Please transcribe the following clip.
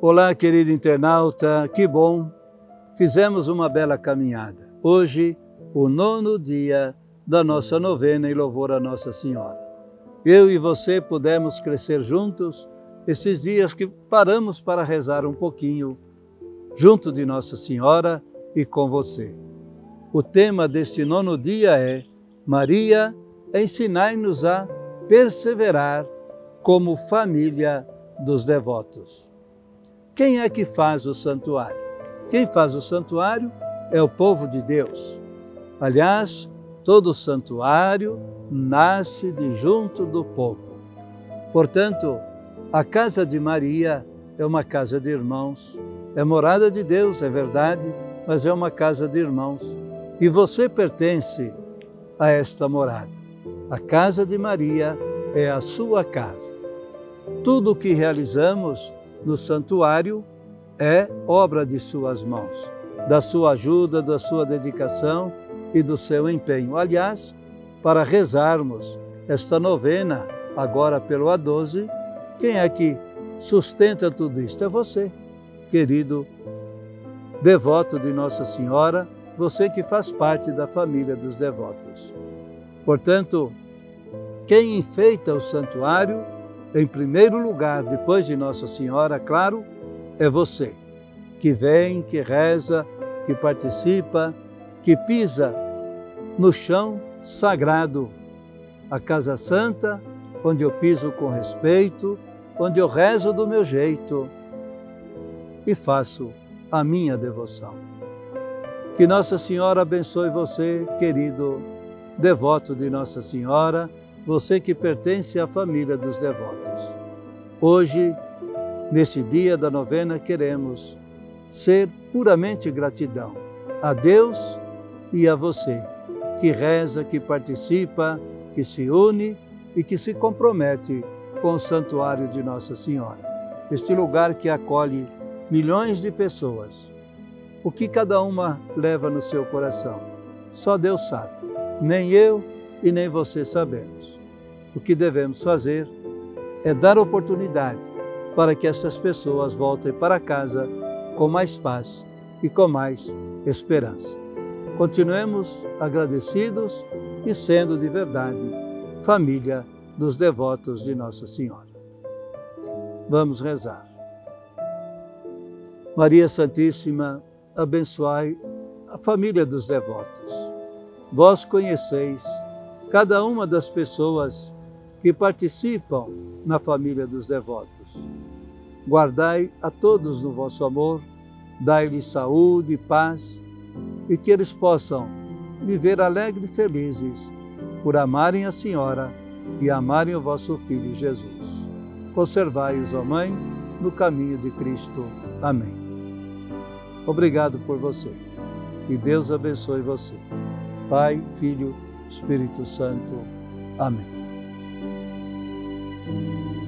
Olá, querido internauta, que bom! Fizemos uma bela caminhada. Hoje, o 9º dia da nossa novena em louvor a Nossa Senhora. Eu e você pudemos crescer juntos esses dias que paramos para rezar um pouquinho junto de Nossa Senhora e com você. O tema deste 9º dia é Maria, ensinai-nos a perseverar como família dos devotos. Quem é que faz o santuário? Quem faz o santuário é o povo de Deus. Aliás, todo santuário nasce de junto do povo. Portanto, a casa de Maria é uma casa de irmãos. É morada de Deus, é verdade, mas é uma casa de irmãos. E você pertence a esta morada. A casa de Maria é a sua casa. Tudo o que realizamos no santuário é obra de suas mãos, da sua ajuda, da sua dedicação e do seu empenho. Aliás, para rezarmos esta novena, agora pelo A12, quem é que sustenta tudo isto? É você, querido devoto de Nossa Senhora, você que faz parte da família dos devotos. Portanto, quem enfeita o santuário, em primeiro lugar, depois de Nossa Senhora, claro, é você, que vem, que reza, que participa, que pisa no chão sagrado, a Casa Santa, onde eu piso com respeito, onde eu rezo do meu jeito e faço a minha devoção. Que Nossa Senhora abençoe você, querido devoto de Nossa Senhora, você que pertence à família dos devotos. Hoje, neste dia da novena, queremos ser puramente gratidão a Deus e a você, que reza, que participa, que se une e que se compromete com o santuário de Nossa Senhora. Este lugar que acolhe milhões de pessoas. O que cada uma leva no seu coração, só Deus sabe. Nem eu e nem você sabemos. O que devemos fazer é dar oportunidade para que essas pessoas voltem para casa com mais paz e com mais esperança. Continuemos agradecidos e sendo de verdade família dos devotos de Nossa Senhora. Vamos rezar. Maria Santíssima, abençoai a família dos devotos. Vós conheceis cada uma das pessoas que participam na família dos devotos. Guardai a todos no vosso amor, dai-lhes saúde e paz, e que eles possam viver alegres e felizes por amarem a Senhora e amarem o vosso Filho Jesus. Conservai-os, ó Mãe, no caminho de Cristo. Amém. Obrigado por você. E Deus abençoe você. Pai, Filho, Espírito Santo. Amém.